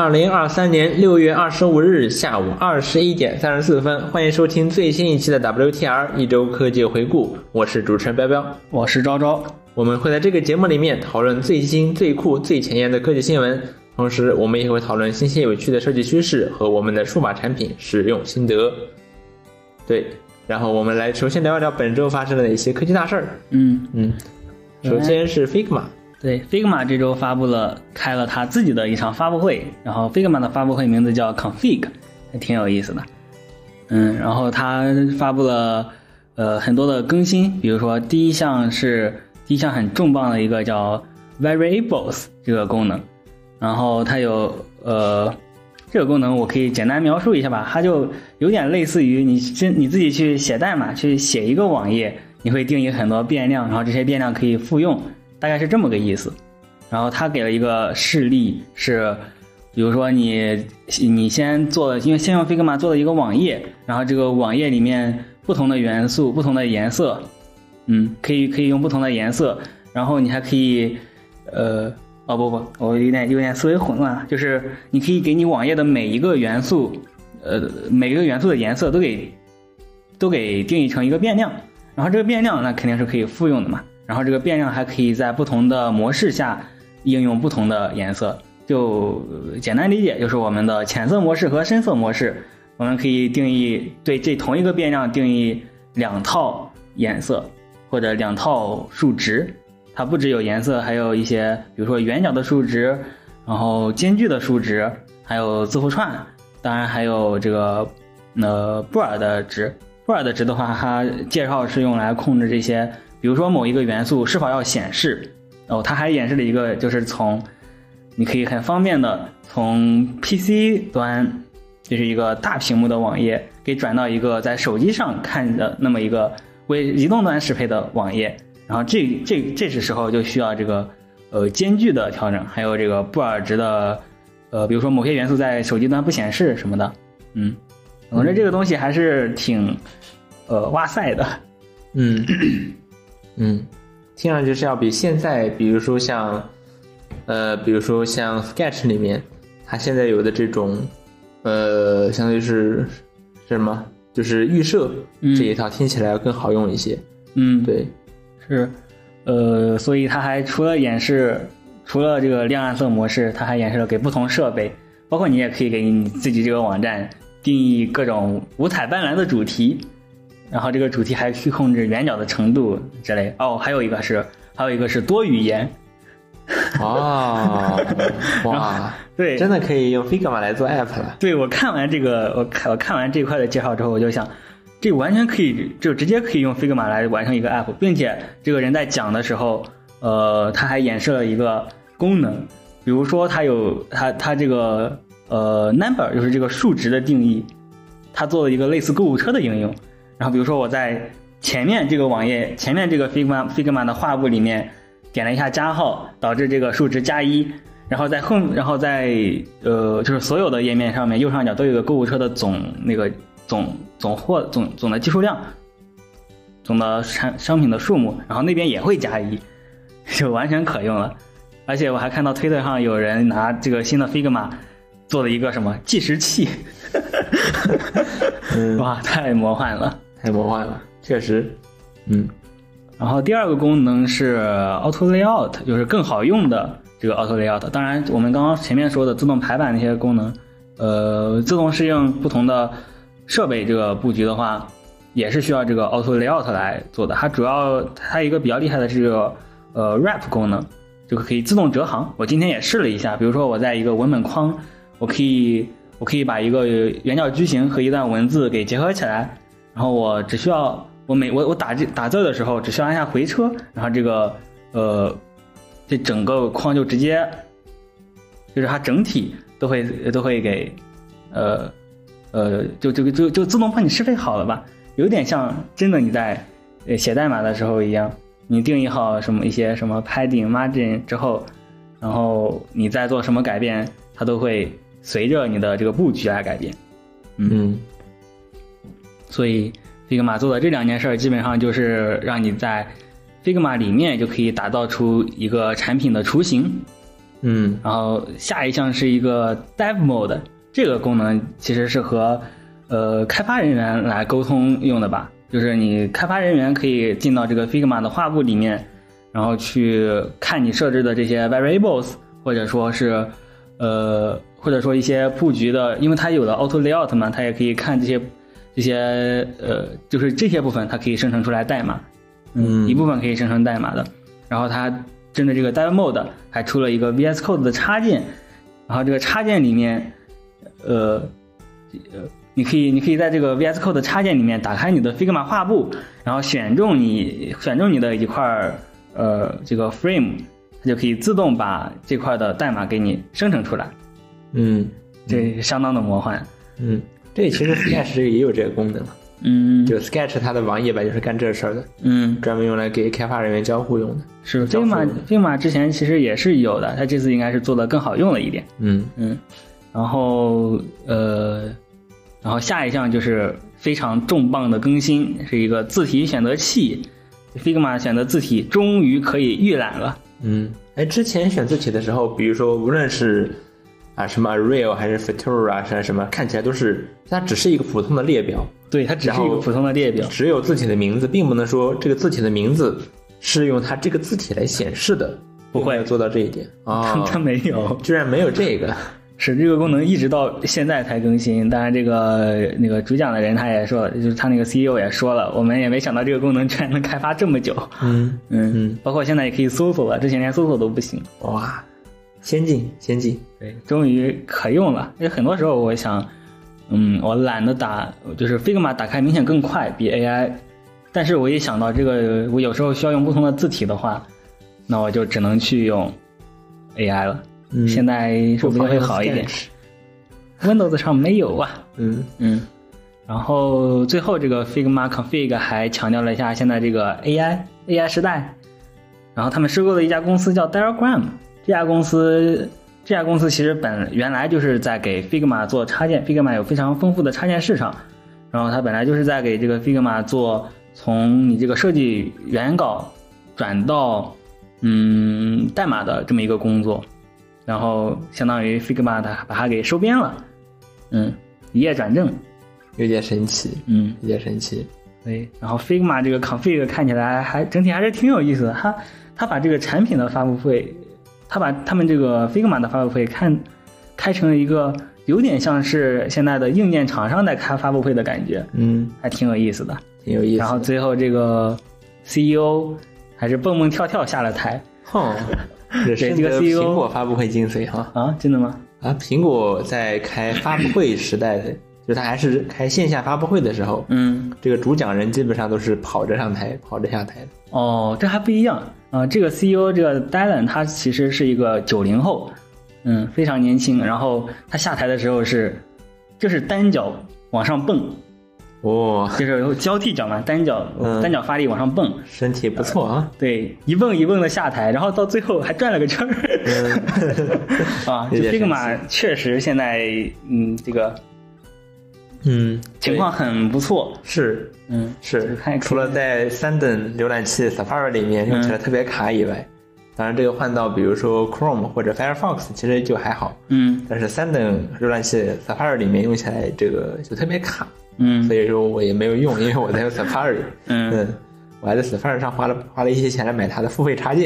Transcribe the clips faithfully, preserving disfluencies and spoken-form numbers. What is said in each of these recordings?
二零二三年六月二十五日下午二十一点三十四分，欢迎收听最新一期的 W T R 一周科技回顾，我是主持人彪彪， 我是昭昭。 我们会在这个节目里面讨论最新、最酷、最前沿的科技新闻，同时我们也会讨论新鲜有趣的设计趋势和我们的数码产品使用心得。对，然后我们来首先聊一聊本周发生的一些科技大事儿。 嗯嗯，首先是 Figma。 对 ，Figma 这周发布了开了他自己的一场发布会，然后 Figma 的发布会名字叫 Config， 还挺有意思的。嗯，然后他发布了呃很多的更新，比如说第一项是第一项很重磅的一个叫 Variables 这个功能，然后它有呃这个功能我可以简单描述一下吧，它就有点类似于你你自己去写代码去写一个网页，你会定义很多变量，然后这些变量可以复用。大概是这么个意思，然后他给了一个示例，是比如说你你先做，因为先用 Figma 做了一个网页，然后这个网页里面不同的元素、不同的颜色，嗯，可以可以用不同的颜色，然后你还可以，呃，哦不不，我有点有点思维混乱，就是你可以给你网页的每一个元素，呃，每一个元素的颜色都给都给定义成一个变量，然后这个变量那肯定是可以复用的嘛。然后这个变量还可以在不同的模式下应用不同的颜色，就简单理解就是我们的浅色模式和深色模式，我们可以定义对这同一个变量定义两套颜色或者两套数值，它不只有颜色，还有一些比如说圆角的数值，然后间距的数值，还有字符串，当然还有这个呃布尔的值。布尔的值的话，它介绍是用来控制这些比如说某一个元素是否要显示，哦，它还演示了一个，就是从你可以很方便的从 P C 端，就是一个大屏幕的网页，给转到一个在手机上看的那么一个为移动端适配的网页。然后这这这时时候就需要这个呃间距的调整，还有这个布尔值的呃，比如说某些元素在手机端不显示什么的，嗯，总之这个东西还是挺呃哇塞的， 嗯。嗯，听上去是要比现在，比如说像，呃，比如说像 Sketch 里面，它现在有的这种，呃，相当于是是什么？就是预设、嗯、这一套听起来要更好用一些。 嗯， 对， 是，呃，所以它还除了演示，除了这个亮暗色模式，它还演示了给不同设备，包括你也可以给你自己这个网站定义各种五彩斑斓的主题。然后这个主题还可以控制圆角的程度之类。哦，还有一个是，还有一个是多语言。 哦，哇， 对， 真的可以用 Figma 来做 app 了。 对，我看完这个，我看我看完这块的介绍之后，我就想，这完全可以，就直接可以用 Figma 来完成一个 app， 并且这个人在讲的时候，呃，他还演示了一个功能，比如说他有他他这个呃 number 就是这个数值的定义，他做了一个类似购物车的应用。然后比如说我在前面这个网页前面这个 Figma Figma 的画布里面点了一下加号，导致这个数值加一，然后在后然后在呃就是所有的页面上面右上角都有个购物车的总那个总总货总总的计数量，总的产商品的数目，然后那边也会加一，就完全可用了。而且我还看到推特上有人拿这个新的 Figma 做了一个什么计时器嗯、 哇，太魔幻了。 太魔幻了，确实，嗯。 然后第二个功能是 Auto Layout， 就是更好用的这个 Auto Layout。当然，我们刚刚前面说的自动排版那些功能，呃，自动适应不同的设备这个布局的话，也是需要这个 Auto Layout 来做的。它主要它一个比较厉害的是这个呃 Wrap 功能，这个可以自动折行。我今天也试了一下，比如说我在一个文本框，我可以我可以把一个圆角矩形和一段文字给结合起来。然后我只需要我每我我打字打字的时候只需要按下回车，然后这个呃这整个框就直接就是它整体都会都会给呃呃就就就就自动帮你适配好了吧，有点像真的你在写代码的时候一样，你定义好什么一些什么 padding margin 之后，然后你再做什么改变，它都会随着你的这个布局来改变。 嗯。嗯， 所以 Figma 做的这两件事基本上就是让你在 Figma 里面就可以打造出一个产品的雏形， 嗯， 然后下一项是一个 Dev Mode， 这个功能其实是和呃开发人员来沟通用的吧，就是你开发人员可以进到这个 Figma 的画布里面，然后去看你设置的这些 variables， 或者说是呃或者说一些布局的，因为它有了 auto layout 嘛，它也可以看这些这些呃就是这些部分它可以生成出来代码，嗯，一部分可以生成代码的。然后它针对这个 Dev Mode 还出了一个 V S Code 的插件，然后这个插件里面呃呃你可以你可以在这个 V S Code 的插件里面打开你的 Figma 画布，然后选中你选中你的一块呃这个 frame， 它就可以自动把这块的代码给你生成出来。 嗯， 这相当的魔幻。 嗯，这其实 Sketch 这个也有这个功能。 嗯， 就 Sketch 它的网页版就是干这事儿的， 嗯， 专门用来给开发人员交互用的。 是 Figma Figma 之前其实也是有的，它这次应该是做的更好用了一点。 嗯嗯，然后呃，然后下一项就是非常重磅的更新，是一个字体选择器。Figma 选择字体终于可以预览了。 嗯，哎，之前选字体的时候，比如说无论是啊什么 Real 还是 Futura 啊什么什么，看起来都是它只是一个普通的列表。 对，它只是一个普通的列表， 只有字体的名字，并不能说这个字体的名字是用它这个字体来显示的， 不会做到这一点啊。 它没有， 居然没有这个。 是这个功能一直到现在才更新。当然，这个那个主讲的人他也说了，就是他那个 C E O 也说了，我们也没想到这个功能居然能开发这么久。 嗯嗯嗯，包括现在也可以搜索了，之前连搜索都不行。 哇，先进先进， 对，终于可用了。因为很多时候我想。嗯，我懒得打，就是 Figma 打开明显更快，比 A I。但是我一想到这个，我有时候需要用不同的字体的话，那我就只能去用 A I 了。嗯，现在说不定会好一点。Windows 上没有啊。 嗯嗯。然后最后这个 Figma Config 还强调了一下现在这个 A I A I 时代。然后他们收购了一家公司叫 Diagram， 这家公司。这家公司其实本原来就是在给 Figma 做插件 ，Figma 有非常丰富的插件市场，然后它本来就是在给这个 Figma 做从你这个设计原稿转到嗯代码的这么一个工作，然后相当于 Figma 它把它给收编了，嗯，一页转正， 有点神奇， 嗯， 有点神奇。 对，然后 Figma 这个 config 看起来还整体还是挺有意思的，它它把这个产品的发布会。他把他们这个 Figma 的发布会看开成了一个有点像是现在的硬件厂商在开发布会的感觉， 嗯， 还挺有意思的， 挺有意思的。 然后最后这个 C E O 还是蹦蹦跳跳下了台， 哼，这是这个 C E O 苹果发布会精髓哈啊，真的吗？ 啊，苹果在开发布会时代的，就他还是开线下发布会的时候， 嗯， 这个主讲人基本上都是跑着上台，跑着下台的。 哦，这还不一样啊、呃！这个 C E O 这个 Dylan 他其实是一个九零后，嗯，非常年轻。然后他下台的时候是，就是单脚往上蹦， 哦， 就是交替脚嘛，单脚、嗯、单脚发力往上蹦， 身体不错啊。 呃、对，一蹦一蹦的下台，然后到最后还转了个圈儿。嗯、啊，这个马确实现在嗯这个。 嗯， 情况很不错， 是， 嗯， 是，除了在三等浏览器 Safari 里面用起来特别卡以外，嗯、当然这个换到比如说 Chrome 或者 Firefox 其实就还好， 嗯， 但是三等浏览器 Safari 里面用起来这个就特别卡， 嗯， 所以说我也没有用，因为我在用 Safari， 嗯, 嗯，我还在 Safari 上花了花了一些钱来买它的付费插件，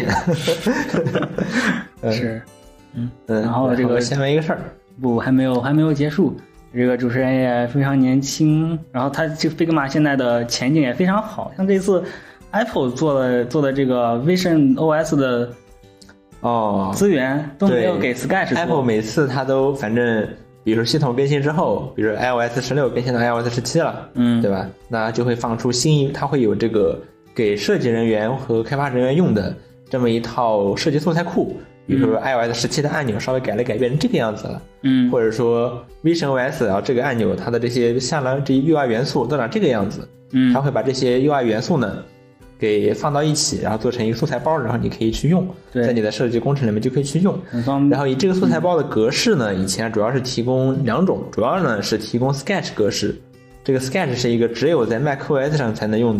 是，嗯嗯， 然后这个下面一个事儿， 不，还没有还没有结束。这个主持人也非常年轻，然后他这 Figma 现在的前景也非常好，像这次 Apple 做的做的这个 Vision O S 的哦资源都没有给 Sketch 做。 Apple 每次它都反正，比如说系统更新之后，比如 iOS 十六更新到 iOS 十七了， 嗯， 对吧？那就会放出新一，它会有这个给设计人员和开发人员用的这么一套设计素材库。比如说 iOS 十七的按钮稍微改了改，变成这个样子了， 嗯， 或者说 Vision O S 啊这个按钮它的这些下来这些 U I 元素都长这个样子， 嗯， 它会把这些 U I 元素呢给放到一起，然后做成一个素材包，然后你可以去用，在你的设计工程里面就可以去用。然后以这个素材包的格式呢，以前主要是提供两种，主要呢是提供 Sketch 格式，这个 Sketch 是一个只有在 macOS 上才能用的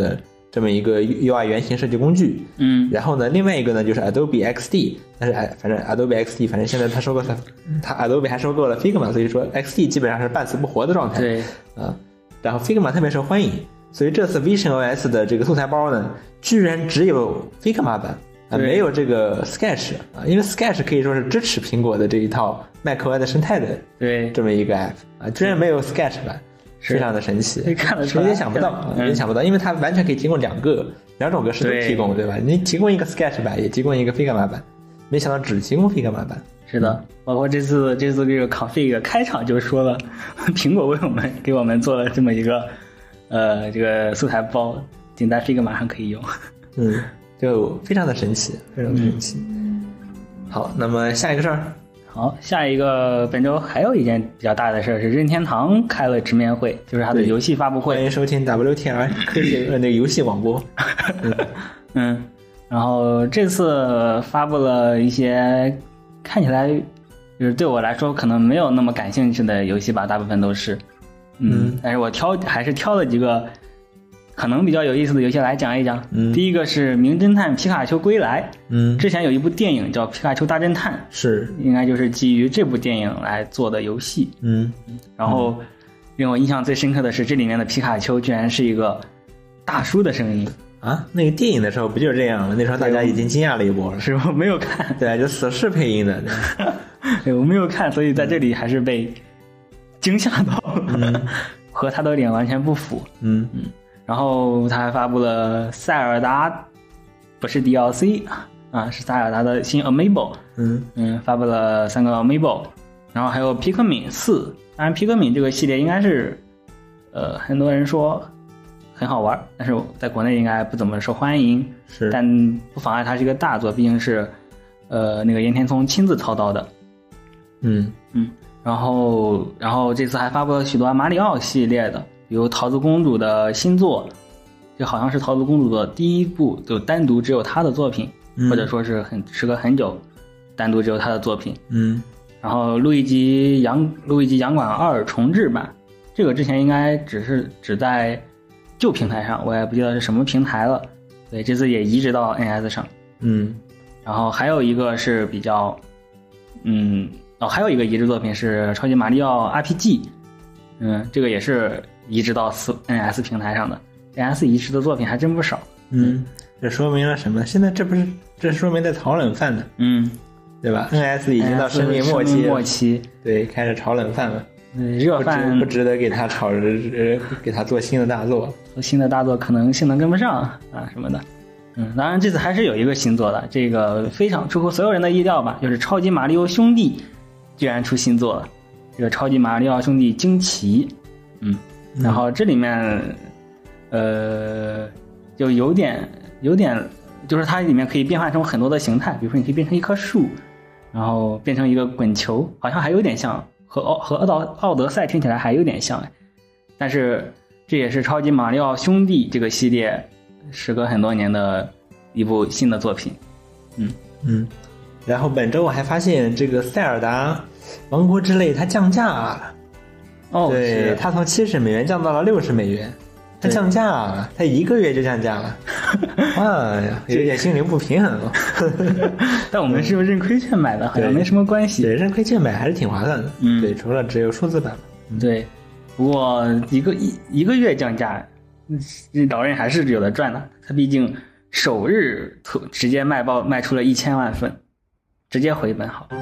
这么一个 U I 原型设计工具。 嗯， 然后呢，另外一个呢就是 Adobe X D， 但是哎，反正 Adobe X D， 反正现在它收购它，它 Adobe 还收购了 Figma， 所以说 X D 基本上是半死不活的状态。 对， 啊，然后 Figma 特别受欢迎，所以这次 Vision O S 的这个素材包呢，居然只有 Figma 版啊，没有这个 Sketch 啊，因为 Sketch 可以说是支持苹果的这一套 macOS 的生态的对这么一个 app 啊，居然没有 Sketch 版。非常的神奇， 看得出来， 有点想不到，有点想不到，因为它完全可以提供两个两种格式都提供， 对, 对吧？你提供一个 Sketch 版，也提供一个 Figma 版，没想到只提供 Figma 版。 是的，包括这次这次这个 config 开场就说了，苹果为我们给我们做了这么一个呃这个素材包，仅在 Figma 上可以用。 嗯，就非常的神奇，非常的神奇。嗯、好，那么下一个事儿。 好，下一个本周还有一件比较大的事儿是任天堂开了直面会，就是它的游戏发布会。 欢迎收听 W T R 科技那个游戏广播。 嗯, 嗯，然后这次发布了一些看起来就是对我来说可能没有那么感兴趣的游戏吧，大部分都是，嗯，嗯但是我挑还是挑了几个可能比较有意思的游戏来讲一讲。 嗯， 第一个是《名侦探皮卡丘归来》。 嗯， 之前有一部电影叫《皮卡丘大侦探》， 是应该就是基于这部电影来做的游戏。 嗯， 然后令我印象最深刻的是，这里面的皮卡丘居然是一个大叔的声音啊！那个电影的时候不就是这样吗？那时候大家已经惊讶了一波了。 是我没有看， 对，就死侍配音的。 对，我没有看，所以在这里还是被惊吓到了， 嗯、 和他的脸完全不符。 嗯嗯。然后他还发布了塞尔达，不是 D L C 啊，是塞尔达的新 Amiibo。 嗯嗯，发布了三个 Amiibo， 然后还有皮克敏四。当然，皮克敏这个系列应该是，呃，很多人说很好玩，但是在国内应该不怎么受欢迎。 是， 但不妨碍它是一个大作，毕竟是，呃，那个岩田聪亲自操刀的。 嗯嗯，然后然后这次还发布了许多马里奥系列的。比如桃子公主的新作，这好像是桃子公主的第一部就单独只有她的作品， 嗯、 或者说是很时隔很久单独只有她的作品。 嗯， 然后路易吉洋路易吉洋馆二重制版，这个之前应该只是只在旧平台上，我也不记得是什么平台了。对，这次也移植到 N S 上。 嗯， 然后还有一个是比较，嗯，哦，还有一个移植作品是超级马里奥 R P G， 嗯，这个也是移植到 N S 平台上的。N S 移植的作品还真不少。 嗯，这说明了什么？现在这不是这说明在炒冷饭呢？ 嗯， 对吧 ？N S 已经到生命末期， 末期， 对，开始炒冷饭了。 嗯，热饭不值得给他炒，呃，给他做新的大作。 做新的大作可能性能跟不上啊什么的。嗯，当然这次还是有一个新作的，这个非常出乎所有人的意料吧，就是超级马里奥兄弟居然出新作了。这个超级马里奥兄弟惊奇，嗯，然后这里面，呃，就有点有点，就是它里面可以变换成很多的形态，比如说你可以变成一棵树，然后变成一个滚球，好像还有点像和奥和奥德奥德赛听起来还有点像哎，但是这也是超级马里奥兄弟这个系列时隔很多年的一部新的作品。嗯嗯，然后本周我还发现这个塞尔达王国之泪它降价了。 哦， 对，它从七十美元降到了六十美元，它降价了，它一个月就降价了。哎呀，有点心灵不平衡了。 但我们是不是认亏券买的？好像没什么关系。 对，认亏券买还是挺划算的。 嗯， 对，除了只有数字版。 嗯、对，不过一个一一个月降价，老人还是有的赚的。他毕竟首日直接卖爆卖出了一千万份，直接回本好。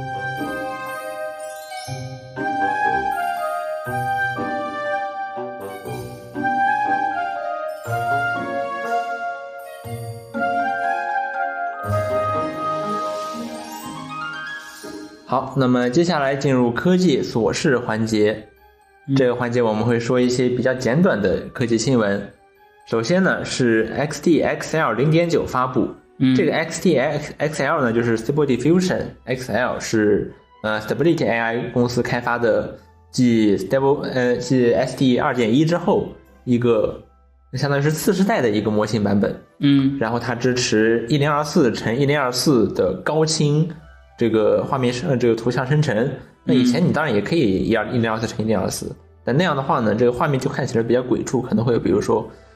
好，那么接下来进入科技琐事环节。这个环节我们会说一些比较简短的科技新闻。首先呢是 X D X L 零点九 发布。嗯，这个 X D X L 呢就是 Stable Diffusion X L 是呃 Stability A I 公司开发的，继 Stable 呃继 S D 二点一 之后一个相当于是次世代的一个模型版本。 嗯， 然后它支持一零二四乘一零二四的高清这个画面生这个图像生成。那以前你当然也可以一零二四乘一零二四，但那样的话呢，这个画面就看起来比较鬼畜，可能会有比如说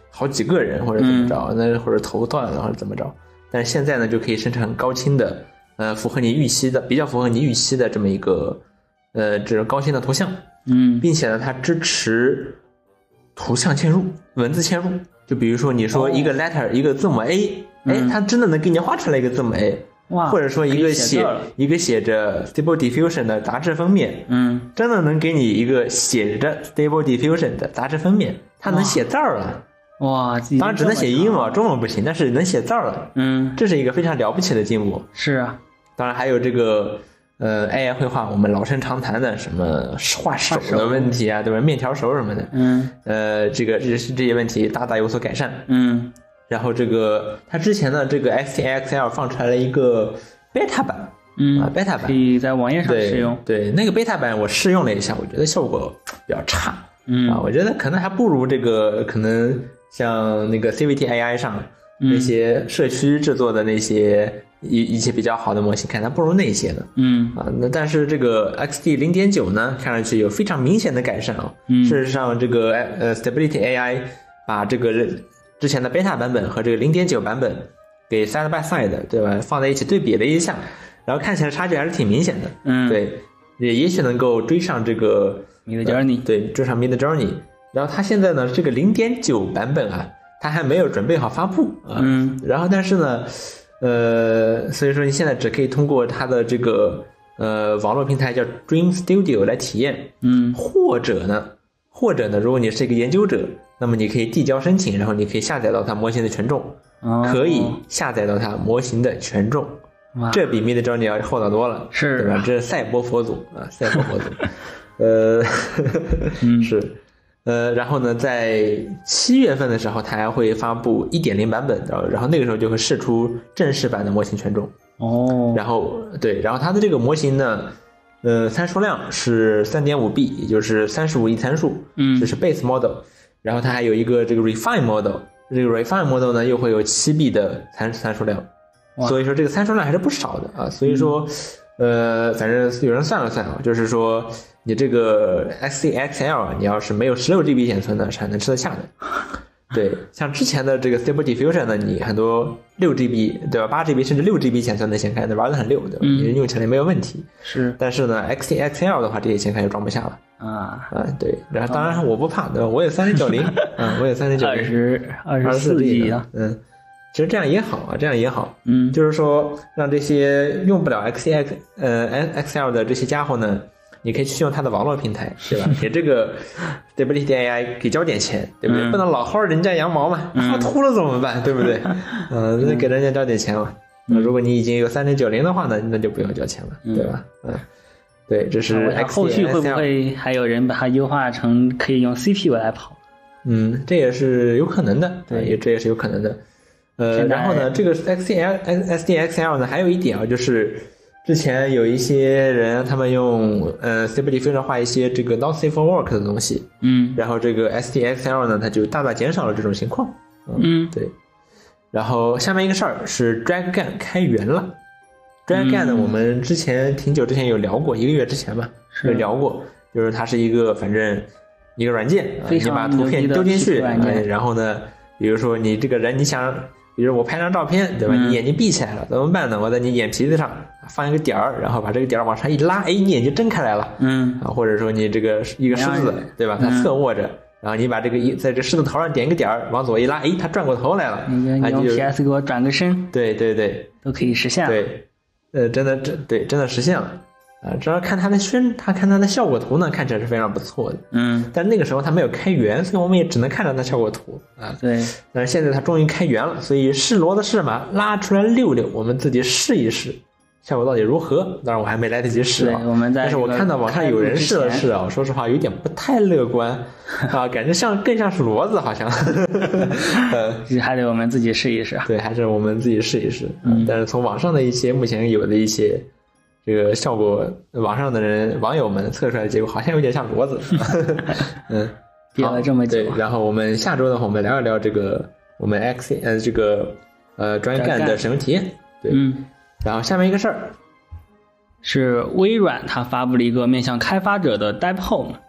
好几个人或者怎么着，那、嗯、或者头断了或者怎么着。但是现在呢，就可以生成高清的，呃，符合你预期的，比较符合你预期的这么一个，呃，这种高清的图像。 嗯， 并且呢，它支持图像嵌入、文字嵌入。就比如说你说一个 letter、哦、一个字母 A， 哎、嗯，它真的能给你画出来一个字母 A。 哇， 或者说一个写一个写着 Stable Diffusion 的杂志封面， 嗯， 真的能给你一个写着 Stable Diffusion 的杂志封面，它能写字儿了。 哇， 当然只能写英文，中文不行，但是能写字儿了。 嗯， 这是一个非常了不起的进步。 是啊， 当然还有这个呃 A I 绘画，我们老生常谈的什么画手的问题啊，对吧？面条手什么的， 嗯， 呃，这个这这些问题大大有所改善。 嗯。 然后这个它之前的这个 X T X L 放出来了一个 beta 版， 嗯啊 beta 版可以在网页上使用。 对，对那个 beta 版我试用了一下，我觉得效果比较差， 嗯啊，我觉得可能还不如这个可能像那个 C V T A I 上那些社区制作的那些一一些比较好的模型看，它不如那些的， 嗯啊，那但是这个 X D 零点九 呢，看上去有非常明显的改善啊。 嗯， 事实上这个呃 Stability A I 把这个之前的 beta 版本和这个 零点九 版本给 side by side 对吧，放在一起对比了一下，然后看起来差距还是挺明显的。 嗯， 对，也也许能够追上这个 Midjourney、 呃、对，追上 Midjourney。然后它现在呢这个 零点九 版本啊，它还没有准备好发布啊。 嗯， 然后但是呢呃所以说你现在只可以通过它的这个呃网络平台叫 Dream Studio 来体验。 嗯， 或者呢或者呢如果你是一个研究者，那么你可以递交申请，然后你可以下载到它模型的权重。 哦， 可以下载到它模型的权重。这比 Midjourney 要厚道多了， 是对吧？这是赛博佛祖啊，赛博佛祖。呃， 嗯， 是，呃，然后呢，在七月份的时候，它还会发布 一点零 版本，然后那个时候就会释出正式版的模型权重。 哦， 然后对，然后它的这个模型呢，呃，参数量是 三点五 B， 也就是三十五亿参数， 嗯， 这是 base model。然后它还有一个这个 refine model， 这个 refine model 呢又会有 七 B 的参参数量，所以说这个参数量还是不少的啊。所以说，嗯、呃，反正有人算了算啊，就是说你这个 X C X L 你要是没有 十六 G B 显存呢，是还能吃得下的。对，像之前的这个 Stable Diffusion 呢，你很多 六 G B 对吧 ，八 G B 甚至 六 G B 显存的显卡那玩得很溜，对吧？ 嗯， 你用起来没有问题。 是， 但是呢 ，X C X L 的话，这些显卡就装不下了。 啊啊，对，然后当然我不怕，对吧？我有三零九零，嗯，我有三零九零， 二十二十四 G 啊， 嗯，其实这样也好啊，这样也好， 嗯， 就是说让这些用不了 X C X 呃 X L 的这些家伙呢，你可以去用它的网络平台，对吧？给这个 Stability A I 给交点钱，对不对？ 嗯、 不能老薅人家羊毛嘛，薅秃了怎么办？对不对？嗯，那给人家交点钱嘛。那、嗯、如果你已经有三零九零的话呢，那就不用交钱了，对吧？嗯。对，这是 X C L。 后续会不会还有人把它优化成可以用 C P U 来跑？ 嗯，这也是有可能的，对，也这也是有可能的。呃，然后呢，这个 X C L S D X L 呢，还有一点啊，就是之前有一些人他们用呃 Stable Diffusion 画一些这个 not safe for work 的东西， 嗯， 然后这个 S D X L 呢，它就大大减少了这种情况。嗯， 嗯对。然后下面一个事儿是 DragGAN 开源了。DragGAN 呢，我们之前挺久之前有聊过，一个月之前吧，有聊过，就是它是一个反正一个软件，你把图片丢进去，哎，然后呢，比如说你这个人你想，比如我拍张照片，对吧？ 嗯、 你眼睛闭起来了，怎么办呢？我在你眼皮子上放一个点儿，然后把这个点儿往上一拉，哎，你眼睛睁开来了， 嗯， 啊，或者说你这个一个狮子，对吧？它侧卧着。嗯，然后你把这个一在这狮子头上点一个点儿，往左一拉，哎，它转过头来了。 你用 P S 给我转个身， 对对对， 都可以实现了。 对。呃，真的，真对，真的实现了，啊，主要看它的宣，他看它的效果图呢，看起来是非常不错的， 嗯， 但那个时候它没有开源，所以我们也只能看到它效果图啊， 对， 但是现在它终于开源了，所以是骡子是马，拉出来溜溜，我们自己试一试，效果到底如何？当然我还没来得及试啊， 我们在， 但是我看到网上有人试了试啊，说实话有点不太乐观啊，感觉像更像是骡子好像，呃， 还得我们自己试一试， 对，还是我们自己试一试，嗯，但是从网上的一些目前有的一些这个效果，网上的人网友们测出来的结果好像有点像骡子，嗯， 憋了这么久， 对，然后我们下周的话，我们聊一聊这个我们 X 呃这个呃DragGAN的使用体验，对， 嗯。 然后下面一个事儿是微软，它发布了一个面向开发者的 Dev Home，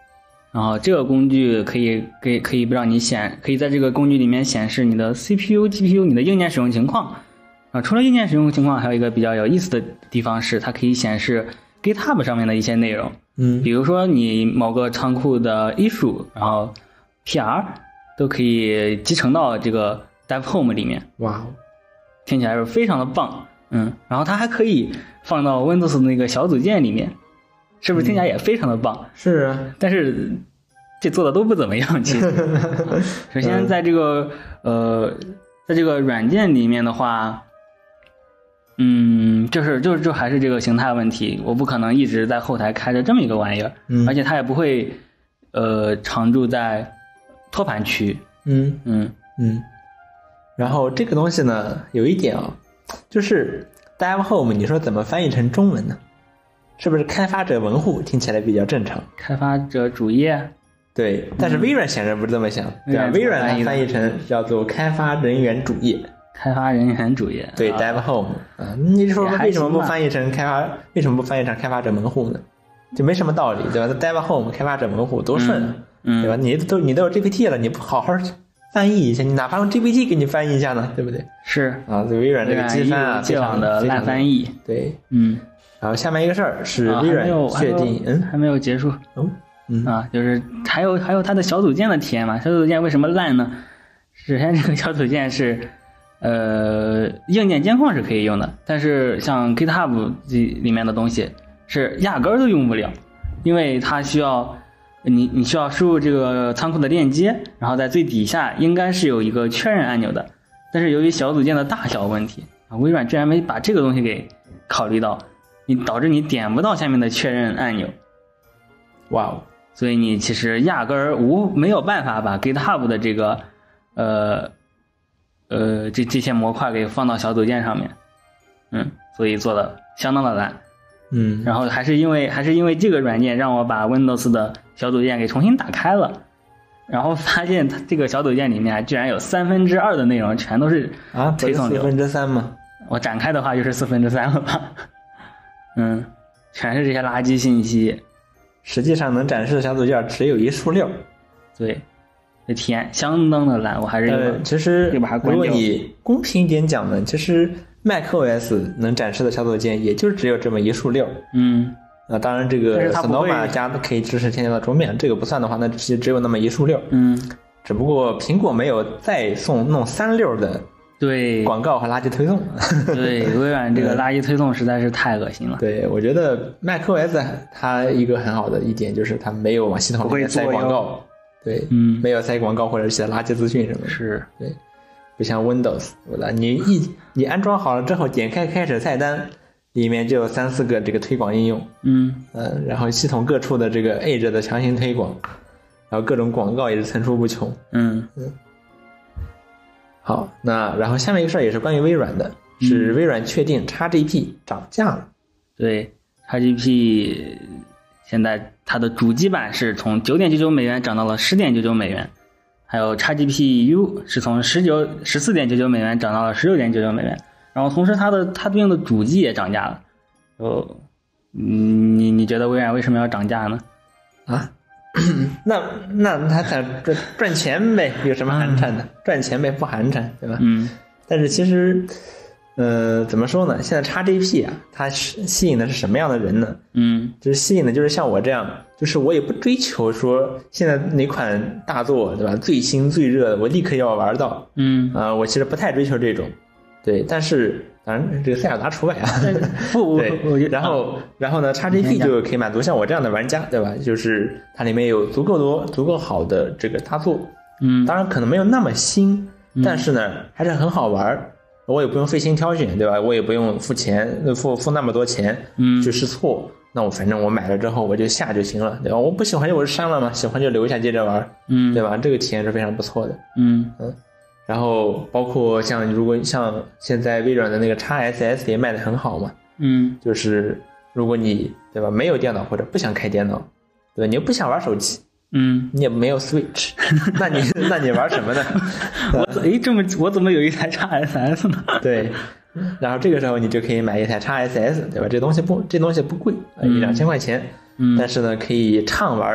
然后这个工具可以可以可以让你显可以在这个工具里面显示你的 C P U、G P U 你的硬件使用情况。啊，除了硬件使用情况，还有一个比较有意思的地方是，它可以显示 GitHub 上面的一些内容。 嗯， 比如说你某个仓库的 issue， 然后 P R 都可以集成到这个 DevHome 里面。 哇， 听起来是非常的棒。嗯，然后它还可以放到 Windows 的那个小组件里面，是不是听起来也非常的棒？ 嗯、是啊， 但是这做的都不怎么样。其实，首先在这个呃，在这个软件里面的话，嗯，就是就是就还是这个形态问题，我不可能一直在后台开着这么一个玩意儿， 嗯， 而且它也不会呃常驻在托盘区。 嗯嗯嗯，然后这个东西呢，有一点啊。就是 DevHome 你说怎么翻译成中文呢？是不是开发者门户听起来比较正常？ 开发者主页？ 对，但是微软显然不是这么想，嗯、对吧？微软它翻译成叫做开发人员主页。 开发人员主页。 对、啊、DevHome 啊，你说为什么不翻译成开发？为什么不翻译成开发者门户呢？就没什么道理，对吧 ？DevHome 开发者门户多顺啊， 嗯嗯、 对吧？你都你都有 G P T 了，你不好好翻译一下，你哪怕用 G P T 给你翻译一下呢，对不对？ 是啊，对微软这个机翻啊， 既往的烂翻译。 对， 嗯。 然后下面一个事儿是微软确定， 啊、 嗯， 还没有结束。 哦，嗯啊，就是还有还有它的小组件的体验嘛？小组件为什么烂呢？首先，这个小组件是呃硬件监控是可以用的，但是像 GitHub 里面的东西是压根儿都用不了，因为它需要。你你需要输入这个仓库的链接，然后在最底下应该是有一个确认按钮的，但是由于小组件的大小问题啊，微软居然没把这个东西给考虑到，你导致你点不到下面的确认按钮。 哇哦！ 所以你其实压根儿无没有办法把 GitHub 的这个呃呃这这些模块给放到小组件上面，嗯，所以做的相当的烂。 嗯， 然后还是因为还是因为这个软件让我把 Windows 的小组件给重新打开了，然后发现它这个小组件里面居然有三分之二的内容全都是啊推送流，四分之三吗？ 我展开的话就是四分之三了吧？嗯，全是这些垃圾信息。 实际上能展示的小组件只有一数六。 对，这体验相当的烂，我还是呃，其实如果你公平一点讲呢，其实。macOS 能展示的小组件也就只有这么一数六， 嗯， 啊，当然这个 Sonoma 加可以支持添加到桌面，这个不算的话，那其实只有那么一数六， 嗯， 只不过苹果没有再送弄三六的对广告和垃圾推送， 对，微软这个垃圾推送实在是太恶心了。 对，我觉得 macOS 它一个很好的一点就是它没有往系统里面塞广告，对， 嗯， 没有塞广告或者是垃圾资讯什么的， 是， 对。不像 Windows， 对吧？你一你安装好了之后，点开开始菜单，里面就有三四个这个推广应用， 嗯嗯、呃，然后系统各处的这个 Edge 的强行推广，然后各种广告也是层出不穷， 嗯嗯。好，那然后下面一个事儿也是关于微软的，是微软确定 X G P 涨价了。 对 ，X G P 现在它的主机版是从九点九九美元涨到了十点九九美元。还有 X G P U 是从十九十四点九九美元涨到了十六点九九美元，然后同时它的它对应的主机也涨价了。哦，你你觉得微软为什么要涨价呢？ 啊，那那他想赚赚钱呗，有什么寒碜的？赚钱呗，不寒碜，对吧？ 嗯。 但是其实，呃，怎么说呢？现在 X G P 啊，它吸引的是什么样的人呢？ 嗯， 就是吸引的就是像我这样。就是我也不追求说现在哪款大作对吧最新最热的我立刻要玩到， 嗯啊、呃，我其实不太追求这种，对，但是当然这个塞尔达除外啊， 不对，然后然后呢 X G P 就可以满足像我这样的玩家对吧？就是它里面有足够多足够好的这个大作， 嗯， 当然可能没有那么新，但是呢还是很好玩。我也不用费心挑选，对吧？我也不用付钱，付付那么多钱， 嗯， 去试错。那我反正我买了之后我就下就行了，对吧？我不喜欢就我就删了嘛，喜欢就留下接着玩， 嗯， 对吧？这个体验是非常不错的， 嗯嗯。然后包括像如果像现在微软的那个 X S S 也卖得很好嘛， 嗯， 就是如果你对吧没有电脑或者不想开电脑，对吧？你又不想玩手机。 嗯， 你也没有 Switch， 那你那你玩什么呢？ 我诶，这么我怎么有一台 X S S 呢？ 对，然后这个时候你就可以买一台 X S S， 对吧？这东西不这东西不贵，一两千块钱， 嗯， 但是呢可以畅玩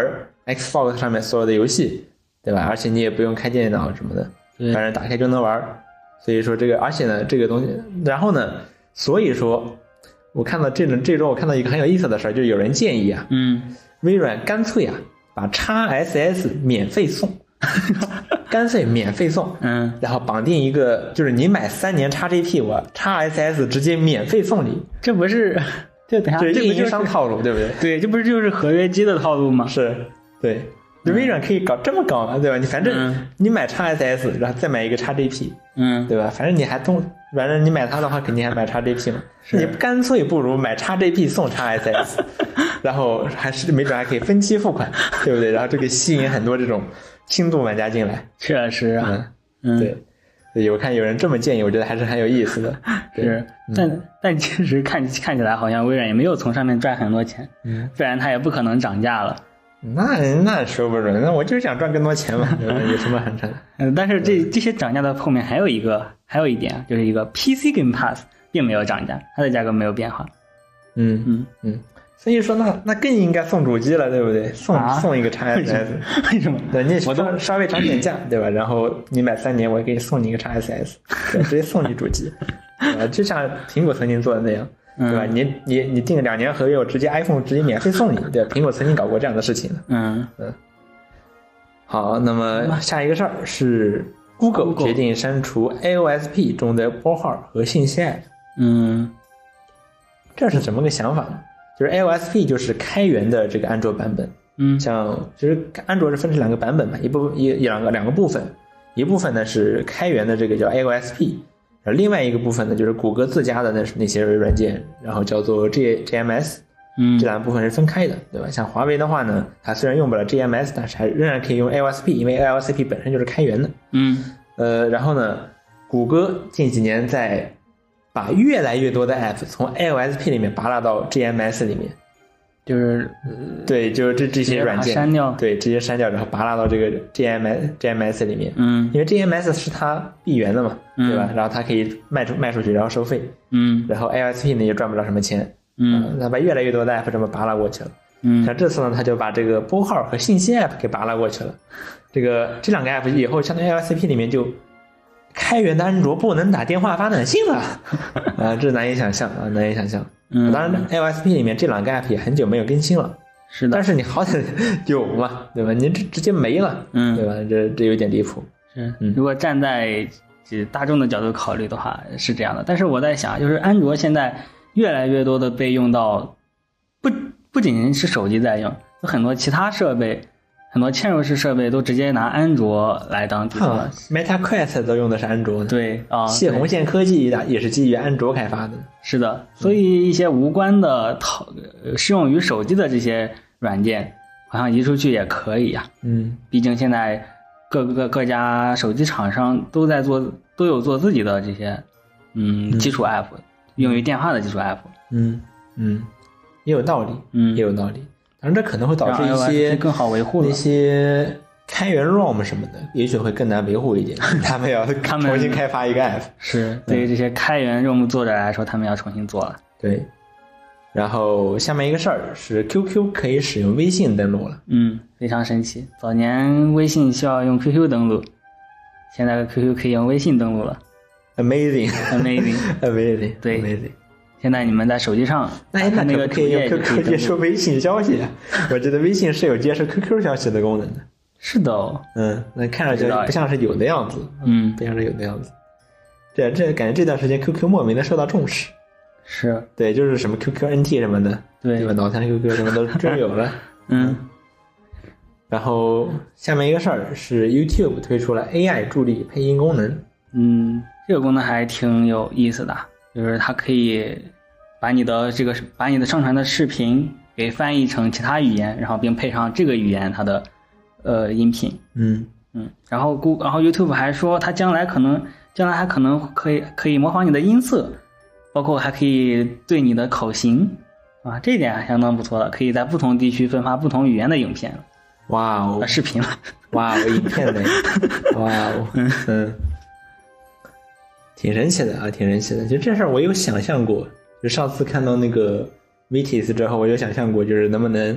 Xbox 上面所有的游戏，对吧？而且你也不用开电脑什么的，反正打开就能玩。所以说这个，而且呢，这个东西，然后呢，所以说，我看到这种这周我看到一个很有意思的事儿，就是有人建议啊， 嗯， 微软干脆啊把 X S S 免费送，干脆免费送， 嗯， 然后绑定一个，就是你买三年 X G P， 我 X S S 直接免费送你， 这不是这等下这是运营商套路，对不对？ 对，这不是就是合约机的套路吗？ 是，对。微软可以搞这么搞嘛，对吧？你反正你买 X S S， 然后再买一个 X G P， 嗯，对吧？反正你还动，反正你买它的话，肯定还买 X G P 嘛。你干脆不如买 X G P 送 X S S， 然后还是没准还可以分期付款，对不对？然后这个吸引很多这种轻度玩家进来。 确实啊， 嗯，嗯对。对，我看有人这么建议，我觉得还是很有意思的。 是，但、嗯、但其实看看起来好像微软也没有从上面赚很多钱，嗯，不然它也不可能涨价了。 那那说不准，那我就是想赚更多钱嘛，有什么很差？ 嗯，但是这这些涨价的后面还有一个，还有一点就是一个 P C Game Pass 并没有涨价，它的价格没有变化。 嗯嗯嗯，所以说那那更应该送主机了，对不对？送、啊、送一个 X S S， 为什么？ 对，你我都稍微涨点价，对吧？然后你买三年，我给你送你一个 X S S， 对，直接送你主机，啊，就像苹果曾经做的那样。对吧？你你你订两年合约，我直接 iPhone 直接免费送你。对，苹果曾经搞过这样的事情。 嗯嗯。好，那么下一个事儿是 Google 决定删除 A O S P 中的拨号和信息 App。 嗯， 这是怎么个想法呢？就是 A O S P 就是开源的这个安卓版本。 嗯， 像其实安卓是分成两个版本嘛，一部一两个两个部分，一部分呢是开源的这个叫 A O S P。另外一个部分呢，就是谷歌自家的那那些软件，然后叫做 G G M S， 嗯，这两部分是分开的，对吧？像华为的话呢，它虽然用不了 G M S， 但是还仍然可以用 A O S P， 因为 A O S P 本身就是开源的， 嗯， 呃，然后呢，谷歌近几年在把越来越多的 App 从 A O S P 里面拔拉到 G M S 里面， 就是、呃、 对，就是这这些软件删掉， 对，直接删掉，然后拔拉到这个 G M S G M S 里面， 嗯， 因为 G M S 是它闭源的嘛， 嗯、 对吧？然后它可以卖出卖出去，然后收费， 嗯， 然后 A O S P 呢也赚不了什么钱， 嗯， 那、呃、把越来越多的 App 这么拔拉过去了， 嗯， 那这次呢，他就把这个拨号和信息 App 给拔拉过去了，这个这两个 App 以后相当于 A O S P 里面就开源的安卓不能打电话发短信了，啊，这难以想象啊，难以想象。 嗯， 当然 A O S P 里面这两个 App 也很久没有更新了。 是的， 但是你好歹有嘛，对吧？你直直接没了， 嗯， 对吧？这这有点离谱。 是，嗯，如果站在大众的角度考虑的话，是这样的。但是我在想，就是安卓现在越来越多的被用到，不不仅仅是手机在用，有很多其他设备，很多嵌入式设备都直接拿安卓来当底座。 Meta Quest 都用的是安卓的。 对啊， 谢红线科技也是基于安卓开发的。 是的，所以一些无关的套适用于手机的这些软件，好像移出去也可以呀。 嗯， 毕竟现在各个各家手机厂商都在做，都有做自己的这些嗯基础 app，、嗯、用于电话的基础 app。 嗯嗯，也有道理， 嗯， 也有道理。当然，这可能会导致一些更好维护那些开源 ROM 什么的，也许会更难维护一点。他们要重新开发一个 app， 是对于这些开源 ROM 作者来说，他们要重新做了。 对。然后下面一个事儿是 Q Q 可以使用微信登录了。 嗯，非常神奇。早年微信需要用 Q Q 登录，现在 Q Q 可以用微信登录了。 Amazing， Amazing， Amazing， 对 ，Amazing。 现在你们在手机上， 那那那个可以用 Q Q 接收微信消息。我觉得微信是有接收 Q Q 消息的功能的。 是的哦。 嗯，那看上去不像是有的样子。 嗯， 不像是有的样子。这这感觉这段时间 Q Q 莫名的受到重视。 是。 对，就是什么 Q Q N T 什么的， 对， 对吧？脑残 Q Q 什么都真有了。 嗯。 然后下面一个事儿是 YouTube 推出了 A I 助力配音功能。 嗯，这个功能还挺有意思的，就是它可以把你的这个把你的上传的视频给翻译成其他语言，然后并配上这个语言它的呃音频。 嗯嗯，然后 Google 然后 YouTube 还说它将来可能将来还可能可以可以模仿你的音色，包括还可以对你的口型啊，这一点还相当不错的，可以在不同地区分发不同语言的影片。 哇哦， 视频了。 哇哦，影片嘞。哇哦，嗯，挺神奇的啊，挺神奇的。就这事儿我有想象过，就上次看到那个 Vitis 之后，我有想象过，就是能不能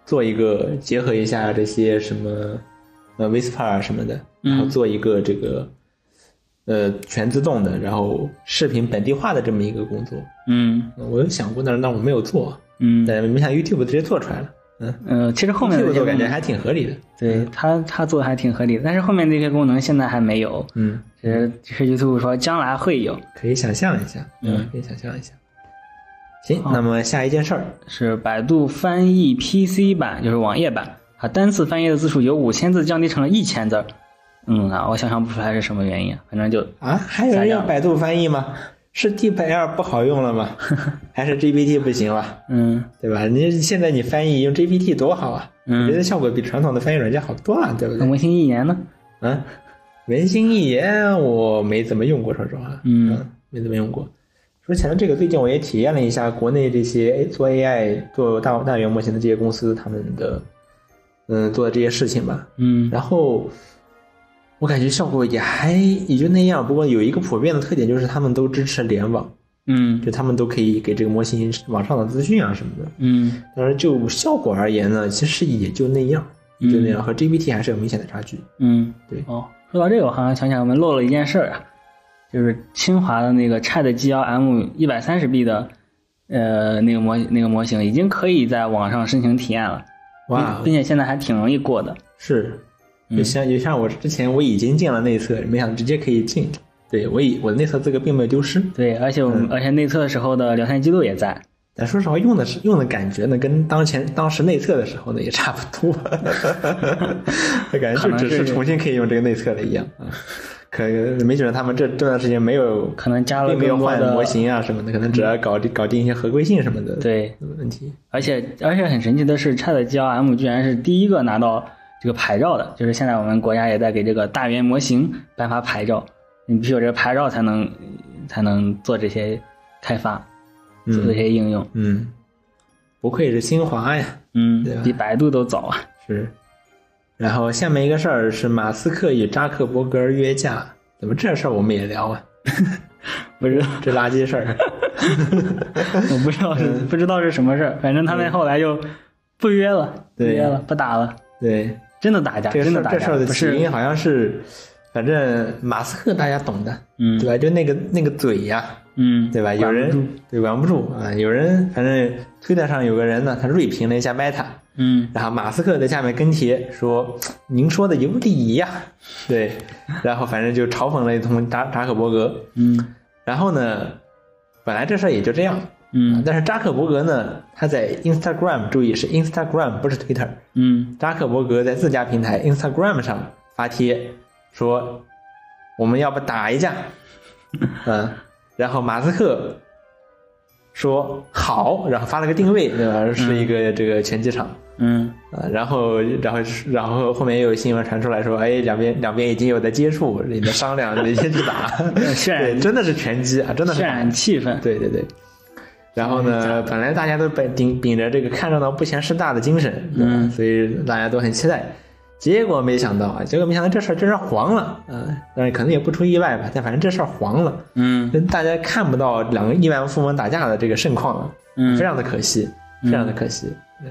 做一个结合一下这些什么呃 Whisper 啊什么的，然后做一个这个、嗯、呃全自动的，然后视频本地化的这么一个工作。 嗯， 我有想过，但是但我没有做。 嗯， 但没想 YouTube 直接做出来了。嗯呃，其实后面的我感觉还挺合理的。 对他他做的还挺合理的，但是后面这些功能现在还没有。 嗯， 其实其实 YouTube 说将来会有， 可以想象一下。嗯，可以想象一下。行，那么下一件事儿是百度翻译 P C 版，就是网页版，它单次翻译的字数由五千字降低成了一千字。嗯啊，我想象不出来是什么原因，反正就啊，还有人用百度翻译吗？是 D P L 不好用了吗？还是 G P T 不行了？ 嗯， 对吧？你现在你翻译用 G P T 多好啊！ 嗯， 我觉得效果比传统的翻译软件好多了，对不对？ 文心一言呢？ 啊，文心一言我没怎么用过，说实话， 嗯， 嗯没怎么用过。说起来这个，最近我也体验了一下国内这些做 A I 做大大语言模型的这些公司他们的嗯做的这些事情吧。 嗯， 然后我感觉效果也还也就那样，不过有一个普遍的特点就是他们都支持联网。 嗯， 就他们都可以给这个模型网上的资讯啊什么的。 嗯， 当然就效果而言呢，其实也就那样，也就那样，和 G P T 还是有明显的差距。 嗯， 对。 哦，说到这个，我好像想起来我们漏了一件事啊，就是清华的那个 Chat G L M 一百三十 B 的呃那个模那个模型已经可以在网上申请体验了。 哇， 并且现在还挺容易过的。 是，就像就像我之前我已经进了内测，没想到直接可以进。对，我以我的内测资格并没有丢失。 对，而且我们、嗯、而且内测时候的聊天记录也在。 但说实话，用的是用的感觉呢，跟当前当时内测的时候呢也差不多。感觉就只是重新可以用这个内测了一样啊。可没准他们这这段时间没有可能加了并没有换模型啊什么的，可能只要搞、嗯、搞定一些合规性什么的对问题。 而且而且很神奇的是 Chat G L M 居然是第一个拿到这个牌照的，就是现在我们国家也在给这个大语言模型颁发牌照。你必须有这个牌照才能才能做这些开发，做这些应用。 嗯，嗯不愧是清华呀， 嗯， 对吧？ 比百度都早啊。 是。然后下面一个事儿是马斯克与扎克伯格约架，怎么这事儿我们也聊啊？ 不是这垃圾事儿， 我不知道是、嗯、不知道是什么事儿，反正他们后来就不约了，不约了，不打了。 对， 真的打架， 这真的打架。 这事儿的起因好像是。反正马斯克大家懂的， 嗯， 对吧？就那个那个嘴呀， 嗯， 对吧？有人对管不住啊，有人反正推特上有个人呢，他锐评了一下 Meta， 嗯， 然后马斯克在下面跟帖说：“您说的有理呀。”对，然后反正就嘲讽了一通扎扎克伯格， 嗯， 然后呢，本来这事儿也就这样， 嗯， 但是扎克伯格呢，他在 Instagram， 注意是 Instagram 不是 Twitter， 嗯， 扎克伯格在自家平台 Instagram 上发帖。说我们要不打一架，嗯，然后马斯克说好，然后发了个定位，对吧？是一个这个拳击场， 嗯， 啊，然后然后然后后面又有新闻传出来说，哎，两边两边已经有在接触，你的商量，你先去打， 渲染， 真的是拳击啊，真的是渲染气氛， 对对对。然后呢，本来大家都本秉秉着这个看热闹不嫌事大的精神， 嗯， 所以大家都很期待。结果没想到啊，结果没想到这事儿真是黄了，嗯、呃，但是可能也不出意外吧，但反正这事儿黄了， 嗯， 大家看不到两个亿万富翁打架的这个盛况了， 嗯， 非常的可惜，非常的可惜，嗯。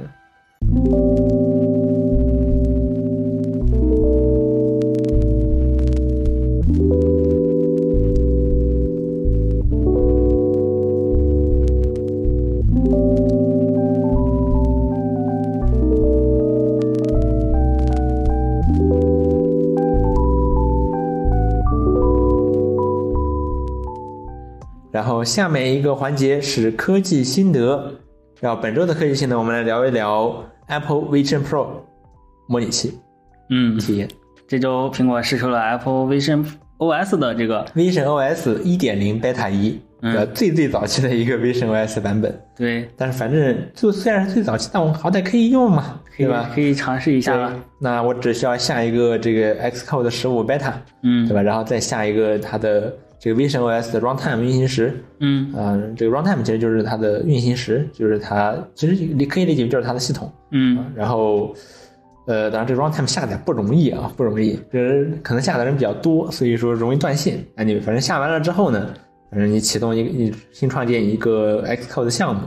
然后下面一个环节是科技心得，然后本周的科技心得我们来聊一聊 Apple Vision Pro 模拟器嗯体验。 这周苹果试出了 Apple Vision O S 的这个 Vision O S 一点零 Beta 一，呃，最最早期的一个 Vision O S 版本。 对， 但是反正就虽然是最早期，但我好歹可以用嘛，对吧？ 可以尝试一下吧。 那我只需要下一个这个 Xcode 十五 Beta， 嗯，对吧？然后再下一个它的这个 Vision O S 的 Runtime 运行时， 嗯， 啊、呃，这个 Runtime 其实就是它的运行时，就是它其实你可以理解就是它的系统， 嗯， 啊、然后。呃，当然这 runtime 下载不容易啊，不容易，就是可能下的人比较多，所以说容易断线。哎，你反正下完了之后呢，反正你启动一个，你新创建一个 Xcode 的项目，